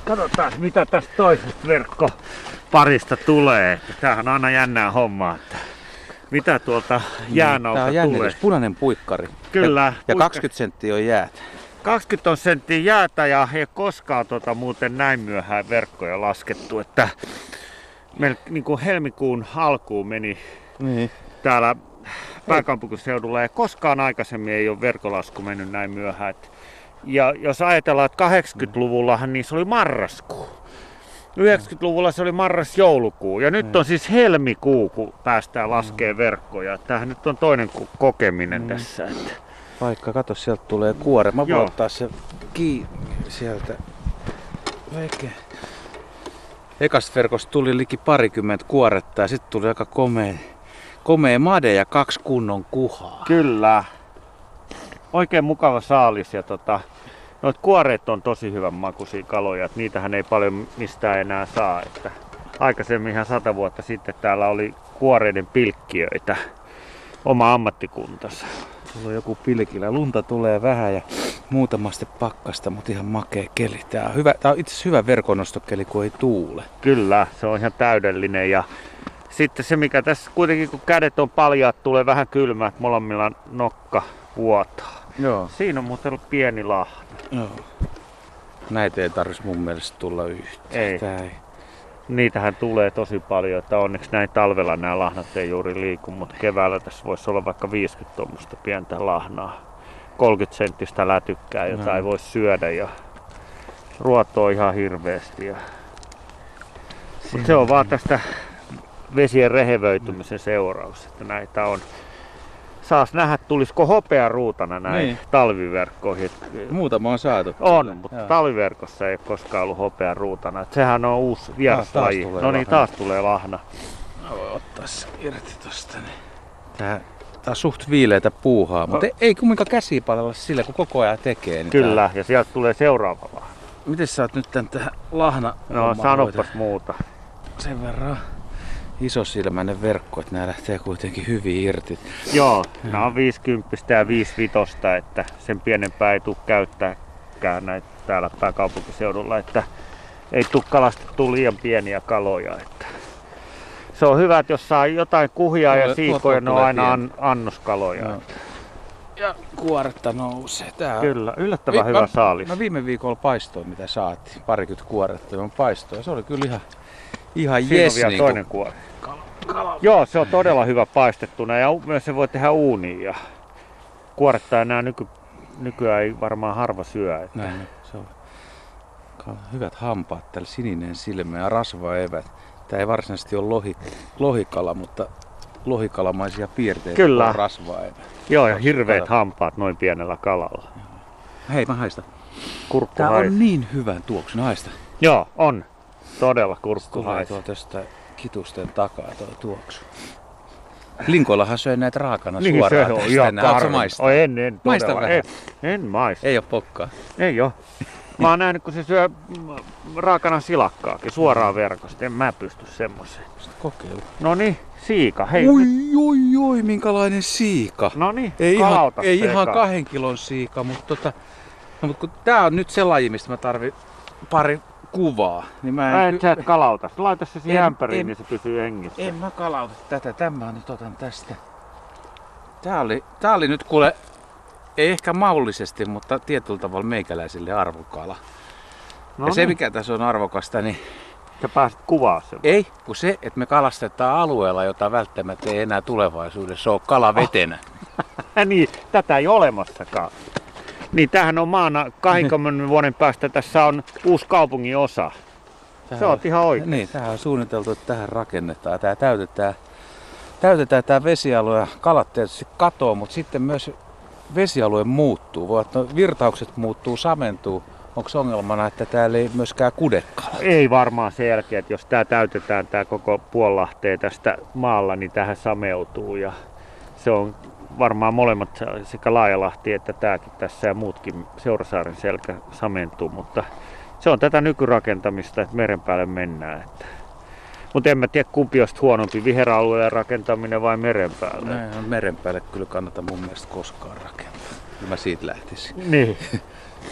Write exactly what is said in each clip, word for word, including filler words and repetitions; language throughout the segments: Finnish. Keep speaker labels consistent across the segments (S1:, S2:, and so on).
S1: Katsotaan mitä tästä toisesta verkkoparista tulee. Tämähän on aina jännää hommaa, että mitä tuolta jään alta
S2: Tää on jännitys,
S1: tulee.
S2: punainen puikkari.
S1: Kyllä.
S2: Ja, ja
S1: puikka-
S2: kaksikymmentä senttiä on jäätä.
S1: kaksikymmentä senttiä jäätä ja ei koskaan tota, muuten näin myöhään verkkoja laskettu. Että meillä niin kuin helmikuun alkuun meni
S2: Niin.
S1: täällä pääkaupunkiseudulla ja koskaan aikaisemmin ei ole verkkolasku mennyt näin myöhään. Ja jos ajatellaan, että kahdeksankymmentäluvullahan niin se oli marraskuu. yhdeksänkymmentäluvulla se oli marras-joulukuu ja nyt on siis helmikuu, kun päästään laskee verkkoja. Tämähän nyt on toinen kokeminen mm. tässä. Että.
S2: Vaikka kato, sieltä tulee kuore. Mä voin
S1: Joo.
S2: ottaa se kiinni sieltä. Veke. Ekasta verkosta tuli liki parikymmentä kuoretta ja sitten tuli aika komea, komea made ja kaksi kunnon kuhaa.
S1: Kyllä. Oikein mukava saalis ja tota, noit kuoreet on tosi hyvän makuisia kaloja, että niitähän ei paljon mistään enää saa. Että aikaisemmin ihan sata vuotta sitten täällä oli kuoreiden pilkkiöitä, oma ammattikuntansa.
S2: Sulla on joku pilkillä. Lunta tulee vähän ja muutamasti pakkasta, mutta ihan makea keli. Tää on, hyvä, tää on itse asiassa hyvä verkonostokeli, kun ei tuule.
S1: Kyllä, se on ihan täydellinen. Ja sitten se mikä tässä kuitenkin kun kädet on paljaat, tulee vähän kylmää, että molemmilla nokka vuotaa.
S2: Joo.
S1: Siinä on muuten pieni lahna.
S2: Joo. Näitä ei tarvitsisi mun mielestä tulla yhtään.
S1: Ei.
S2: Tää ei.
S1: Niitähän tulee tosi paljon, että onneksi näin talvella nämä lahnat ei juuri liiku, mutta keväällä tässä voisi olla vaikka viisikymmentä tuommoista pientä lahnaa. kolmekymmentä senttistä lätykkää, jota
S2: no.
S1: ei voi syödä ja ruotoo ihan hirveästi. Ja... Mutta se on vaan tästä vesien rehevöitymisen seuraus, että näitä on. Saas nähdä, tulisiko hopea ruutana näin
S2: niin.
S1: talviverkkoihin.
S2: Muutama on saatu.
S1: On, mutta
S2: Joo.
S1: talviverkossa ei koskaan ollut hopea ruutana. Et sehän on uusi vieraslaji.
S2: Taas tulee
S1: No niin,
S2: lahna.
S1: taas tulee lahna.
S2: Mä voin ottaa sen irti tosta. Niin. Tää, tää on suht viileitä puuhaa, mutta ei, ei kumminkaan käsiä palella sillä, kun koko ajan tekee. Niin
S1: Kyllä,
S2: tää...
S1: ja sieltä tulee seuraava lahna.
S2: Miten sä oot nyt tän tähän lahna?
S1: No sanopas muuta.
S2: Sen verran isosilmäinen verkko, että nää lähtee kuitenkin hyvin irti.
S1: Joo, nämä on viisikymmentä ja viisivitosta, että sen pienempää ei tule käyttääkään näitä täällä pääkaupunkiseudulla, että ei tule kalastettua liian pieniä kaloja. Että se on hyvä, että jos saa jotain kuhia ja siikoja, ne on aina an, annoskaloja.
S2: No. Ja kuoretta nousee. Tää
S1: Kyllä, yllättävän
S2: Vi-
S1: hyvä
S2: mä,
S1: saalis.
S2: Mä viime viikolla paistoin, mitä saatiin. Parikymmentä kuoretta mä paistoin. Se oli kyllä ihan, ihan
S1: Siinä
S2: jes.
S1: on vielä
S2: niin
S1: toinen
S2: kun...
S1: kuori.
S2: Kala, kala.
S1: Joo, se on todella hyvä paistettuna ja myös se voi tehdä uuniin. Ja kuoretta enää nyky, nykyään ei varmaan harva syö. Että...
S2: Näin, se on kala. Hyvät hampaat, täällä sininen silmä ja rasvaevät. Tää ei varsinaisesti ole lohi, lohikala, mutta lohikalamaisia piirteitä.
S1: Kyllä.
S2: On rasvaevät.
S1: Joo, ja hirveät hampaat noin pienellä kalalla.
S2: Hei, mä haistan.
S1: Kurkku
S2: Tää
S1: haistaa.
S2: on niin hyvän tuoksun. Haista.
S1: Joo, on. Todella kurkku
S2: Tulee
S1: haistaa.
S2: tuo tästä kitusten takaa tuo tuoksu. Linkoillahan söi näitä raakana
S1: Niin
S2: suoraan
S1: se on
S2: tästä.
S1: ihan
S2: Nää, ootko sä
S1: karmi.
S2: maistanut?
S1: Oi, en, en
S2: Maista
S1: todella.
S2: vähän.
S1: En, en maista.
S2: Ei oo pokkaa.
S1: Ei oo. Mä oon nähnyt, kun se syö mm, raakana silakkaakin suoraan verkosta. En mä pysty semmoiseen.
S2: Kokeilu.
S1: No niin, siika. Hei.
S2: Oi,
S1: nyt-
S2: oi, oi, minkälainen siika.
S1: No niin,
S2: Ei ihan,
S1: kalauta
S2: ei
S1: se
S2: ihan
S1: eka.
S2: kahden kilon siika, mutta, tota, no, mutta kun tää on nyt se laji, mistä mä tarvin pari kuvaa, niin mä en...
S1: Mä en sä et kalauta. Laita se siihen
S2: En-
S1: ämpäriin,
S2: en-
S1: niin se pysyy hengissä.
S2: En mä kalauta tätä, tämä nyt otan tästä. Tää oli, tää oli nyt kuule, ei ehkä maullisesti, mutta tietyllä tavalla meikäläisille arvokala.
S1: No
S2: ja se
S1: niin,
S2: mikä tässä on arvokasta, niin
S1: sä pääset kuvaa sen.
S2: ei, kun se, että me kalastetaan alueella, jota välttämättä ei enää tulevaisuudessa ole kalavetenä.
S1: Niin, tätä ei ole olemassakaan. Niin tämähän on maana kaksikymmentä vuoden päästä, tässä on uusi kaupungin osa. Se on ihan oikein.
S2: Niin, tämähän on suunniteltu, että tähän rakennetaan. Tää täytetään, täytetään tämä vesialue ja kalat tietysti katoo, mutta sitten myös vesialue muuttuu. Voi, että no, virtaukset muuttuu, samentuu. Onko ongelmana, että täällä ei myöskään kudekala?
S1: Ei varmaan sen jälkeen, että jos tämä täytetään tämä koko Puollahteen tästä maalla, niin tähän sameutuu. Ja se on varmaan molemmat, sekä Laajalahti että tämäkin tässä ja muutkin Seurasaaren selkä samentuu, mutta se on tätä nykyrakentamista, että meren päälle mennään. Että. Mutta en mä tiedä kumpi olisi huonompi, viheralueen rakentaminen vai meren päälle.
S2: Näin on meren päälle kyllä kannata mun mielestä koskaan rakentaa. Mä siitä lähtisin.
S1: Niin.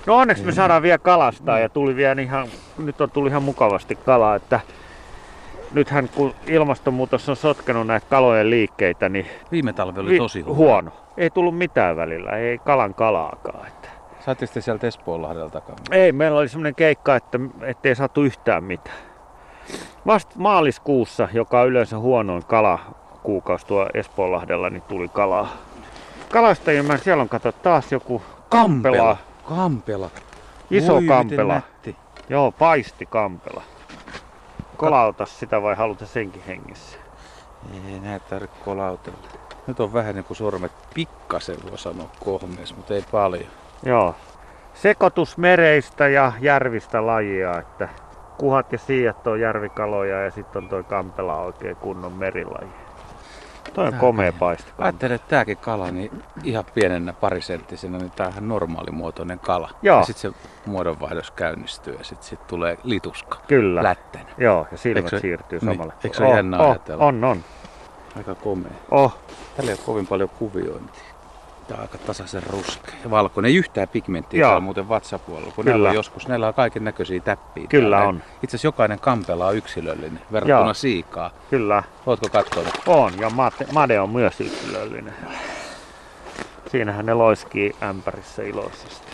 S1: No onneksi me saadaan vielä kalastaa ja tuli vielä ihan, nyt on tullut ihan mukavasti kalaa, että nythän kun ilmastonmuutos on sotkenut näitä kalojen liikkeitä, niin
S2: Viime talvi oli tosi huono.
S1: huono. Ei tullut mitään välillä, ei kalan kalaakaan. Että.
S2: Saatteko te sieltä Espoonlahdeltakaan?
S1: Ei, meillä oli semmoinen keikka, että ei saatu yhtään mitään. Vasta maaliskuussa, joka on yleensä huonoin kalakuukausi tuo Espoonlahdella, niin tuli kalaa. Kalastajien, siellä on kato taas joku kampela.
S2: Kampela.
S1: Iso
S2: Voi,
S1: kampela.
S2: miten nätti.
S1: Joo, paisti kampela. Kolauta sitä vai haluta senkin hengissä?
S2: Ei näitä tarvitse kolautella. Nyt on vähän niin kuin sormet pikkasen, voi sanoa kohmeessa, mutta ei paljon.
S1: Joo. Sekoitus mereistä ja järvistä lajia, että kuhat ja siijat on järvikaloja ja sitten on toi kampela oikein kunnon merilaji. Toi on
S2: Tää
S1: komea
S2: on-
S1: paisti.
S2: Ajattelen, että tääkin kala, niin ihan pienenä parisenttisenä, niin tää on ihan normaalimuotoinen kala.
S1: Joo.
S2: Ja sitten se muodonvaihdos käynnistyy ja sitten sit tulee lituska.
S1: Kyllä.
S2: Lättänä.
S1: Joo, ja silmät
S2: Eikö se-
S1: siirtyy
S2: niin,
S1: samalle.
S2: eikö se ole jännä
S1: oh,
S2: ajatella?
S1: On, on.
S2: Aika komea.
S1: Oh.
S2: Tällä ei ole kovin paljon kuviointia. Tää on aika tasaisen ruskea ja valkoinen. Ei yhtään pigmenttiä
S1: Joo.
S2: täällä muuten vatsapuolella. Kun
S1: Kyllä.
S2: näillä on joskus, näillä on kaiken näköisiä täppiä.
S1: Kyllä
S2: täällä.
S1: on.
S2: Itse asiassa jokainen kampela on yksilöllinen verrattuna
S1: Joo.
S2: siikaa.
S1: Kyllä.
S2: Ootko katsonut?
S1: On, ja mate, made on myös yksilöllinen. Siinähän ne loiskii ämpärissä iloisesti.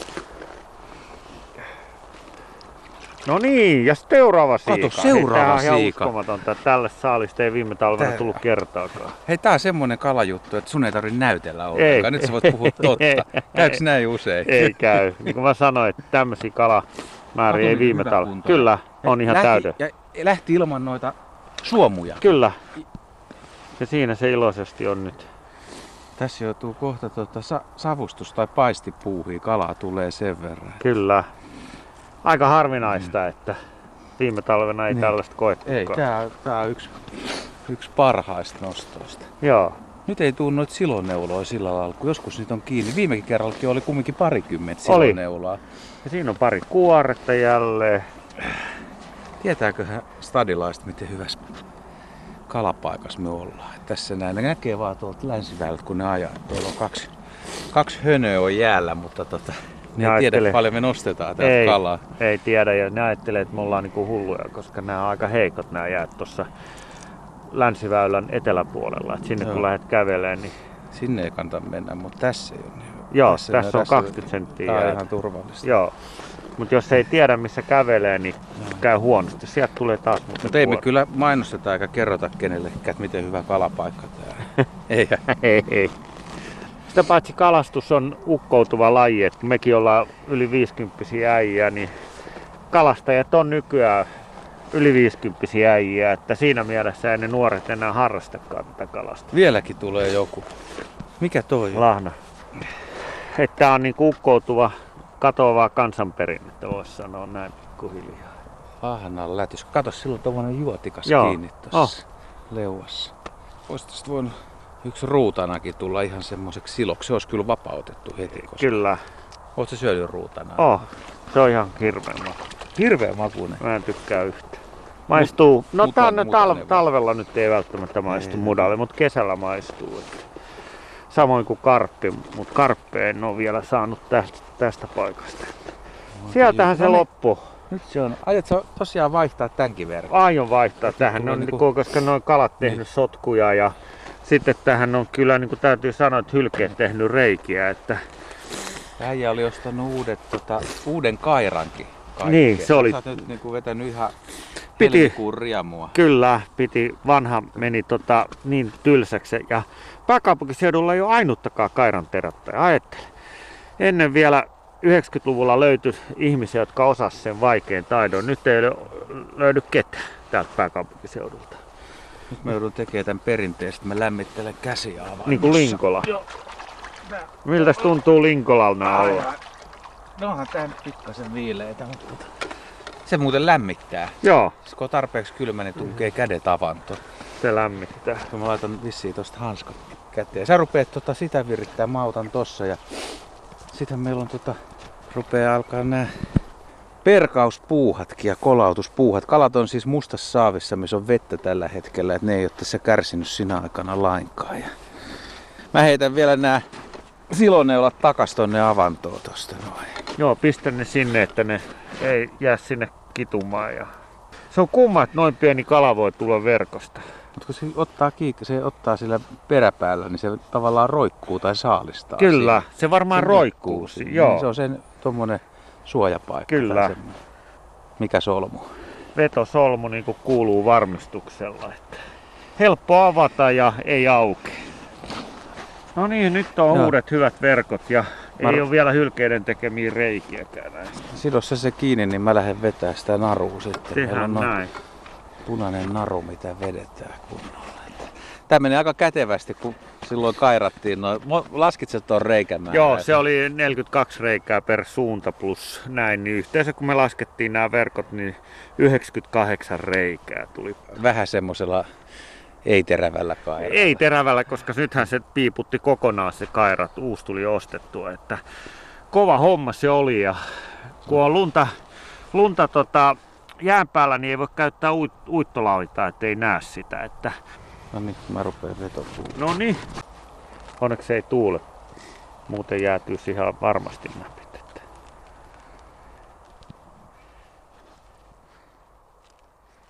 S1: No niin, ja seuraava siika.
S2: Kato, seuraava
S1: Hei, tää on ihan
S2: siika.
S1: uskomatonta, että tälle saalista ei viime talvena
S2: Tää-
S1: tullut kertaakaan.
S2: Hei, tää on semmonen kalajuttu, että sun ei tarvitse näytellä
S1: Ei.
S2: ollenkaan. Nyt sä voit puhua totta. Käyks näin usein?
S1: Ei käy. Niin kuin mä sanoin, että tämmöisiä kalamääriä ei viime talvena. Kyllä, on ihan
S2: lähti,
S1: täyden.
S2: Ja lähti ilman noita suomuja.
S1: Kyllä. Ja siinä se iloisesti on nyt.
S2: Tässä joutuu kohta tuota sa- savustus- tai paistipuuhia. Kalaa tulee sen verran.
S1: Kyllä. Aika harvinaista, että viime talvena ei
S2: Niin.
S1: tällaista koettukaan.
S2: Ei, tää, tää on yksi, yksi parhaista nostoista.
S1: Joo.
S2: Nyt ei tuu noita siloneuloja sillä lailla, kun joskus niitä on kiinni. Viimekin kerrallakin oli kumminkin parikymmentä
S1: Oli.
S2: siloneuloa.
S1: Ja siinä on pari kuoretta jälleen.
S2: Tietääköhän stadilaiset, miten hyvässä kalapaikassa me ollaan? Et tässä näin. Ne näkee vaan tuolta länsiväylät, kun ne ajaa. Tuolla on kaksi, kaksi hönöä on jäällä, mutta tota, ne ei
S1: ajattelee-
S2: tiedä paljon me nostetaan täältä
S1: Ei,
S2: kalaa.
S1: ei tiedä ja ne ajattelee, että me ollaan niinku hulluja, koska nämä on aika heikot nämä jäät tuossa länsiväylän eteläpuolella. Et sinne
S2: Joo.
S1: kun lähdet kävelemään, niin
S2: Sinne ei kannata mennä, mutta tässä ei ole. niin-
S1: joo, tässä, tässä on
S2: tässä-
S1: kaksikymmentä senttiä
S2: Tää on
S1: jäätä.
S2: ihan turvallista.
S1: Joo. Mutta jos ei tiedä missä kävelee, niin käy huonosti. Sieltä tulee taas muuten
S2: Mutta ei me
S1: kuori.
S2: kyllä mainosteta eikä kerrota kenellekään, että miten hyvä kalapaikka tää. Ei.
S1: Ei, ei. Sitä paitsi kalastus on ukkoutuva laji, että kun mekin ollaan yli viisikymppisiä äijä, niin kalastajat on nykyään yli viisikymppisiä äijä, että siinä mielessä ei ne nuoret enää harrastakaan tätä kalasta.
S2: Vieläkin tulee joku. Mikä toi on?
S1: Lahna. Että tää on niinku ukkoutuva, katoavaa kansanperinnettä, voisi sanoa näin pikkuhiljaa.
S2: Lahnan lätys. Kato, sillä on tommonen juotikas
S1: Joo.
S2: kiinni tossa leuassa. Ois tästä voinut yksi ruutanakin tulla ihan semmoiseksi siloksi. Se olisi kyllä vapautettu heti. Koska...
S1: Kyllä.
S2: Oot sä syönyt ruutanaa?
S1: Oh, se on ihan hirveän maku.
S2: Hirveä makuinen.
S1: Mä en tykkää yhtään. Maistuu, no
S2: mutan-
S1: tänne tal-
S2: mutanen.
S1: talvella nyt ei välttämättä maistu
S2: Ei.
S1: mudalle, mutta kesällä maistuu. Että. Samoin kuin karppi, mutta karppea en ole vielä saanut tästä, tästä paikasta. Sieltähän se
S2: No niin.
S1: loppuu.
S2: Nyt se on. Aiot sä tosiaan vaihtaa tämänkin verran?
S1: Aion vaihtaa tähän,
S2: tulee
S1: on,
S2: niinku-
S1: niinku, koska noin kalat tehnyt
S2: Niin.
S1: sotkuja ja sitten tähän on kyllä, niin kuin täytyy sanoa, että hylkeet tehnyt reikiä. Että
S2: Äijä oli ostanut uudet, tota, uuden kairankin. kaikkea.
S1: Niin, se oli-
S2: Sä oot nyt niinku vetänyt ihan
S1: Piti-
S2: helmikuun riemua.
S1: kyllä, piti, vanha meni tota, niin tylsäksi ja pääkaupunkiseudulla ei ole ainuttakaan kairan terättäjä. Ajattele. Ennen vielä yhdeksänkymmentäluvulla löytyi ihmisiä, jotka osasivat sen vaikean taidon. Nyt ei lö- löydy ketään täältä pääkaupunkiseudulta.
S2: Nyt mä joudun tekemään tämän perinteisesti. Mä lämmittelen käsiä avannossa.
S1: Niin kuin Linkola. Miltä tuntuu Linkolalla olla?
S2: No onhan tää nyt pikkasen viileitä, mutta tota, se muuten lämmittää.
S1: Joo,
S2: Siis kun on tarpeeksi kylmä, niin tunkee kädet avantoon.
S1: se lämmittää.
S2: Kun mä laitan vissiin tosta hanskat käteen. Sä rupeat tota sitä virittää, mä otan tossa ja sitten meillä on tota, rupeaa alkaa nää perkauspuuhatkin ja kolautuspuuhat. Kalat on siis mustassa saavissa, missä on vettä tällä hetkellä, että ne ei ole tässä kärsinyt sinä aikana lainkaan. Ja mä heitän vielä nää siloneulat takas tonne avantoon tosta noin.
S1: Joo, pistä ne sinne, että ne ei jää sinne kitumaan. Ja... Se on kumma, että noin pieni kala voi tulla verkosta.
S2: Mutta kun se ottaa kiikka, se ottaa sillä peräpäällä, niin se tavallaan roikkuu tai saalistaa.
S1: Kyllä,
S2: siinä.
S1: se varmaan
S2: se
S1: roikkuu.
S2: roikkuu siinä.
S1: Joo.
S2: Niin se on sen tuommoinen suojapaikka.
S1: Kyllä.
S2: Mikä solmu?
S1: Vetosolmu niin kuin kuuluu varmistuksella. Että helppo avata ja ei auke. No niin, nyt on
S2: Joo.
S1: uudet hyvät verkot ja
S2: Mä...
S1: ei ole vielä hylkeiden tekemiä reikiäkään näistä.
S2: Sidossa se kiinni, niin mä lähden vetää sitä narua sitten.
S1: Tehdään näin.
S2: Punainen naru, mitä vedetään kunnolla. Tämä meni aika kätevästi, kun silloin kairattiin. No, laskitko tuon reikämäärän?
S1: Joo, se oli neljäkymmentäkaksi reikää per suunta plus näin. Niin yhteensä kun me laskettiin nämä verkot, niin yhdeksänkymmentäkahdeksan reikää tuli.
S2: Vähän semmoisella ei-terävällä kairalla.
S1: Ei terävällä, koska nythän se piiputti kokonaan se kairat. Uusi tuli ostettua. Että kova homma se oli. Ja kun on lunta, lunta tota, jään päällä, niin ei voi käyttää uit, uittolautaa, ettei näe sitä. Että...
S2: No niin, mä rupean vetopuun.
S1: No niin. Onneksi ei tuule. Muuten jäätyisi ihan varmasti näppi.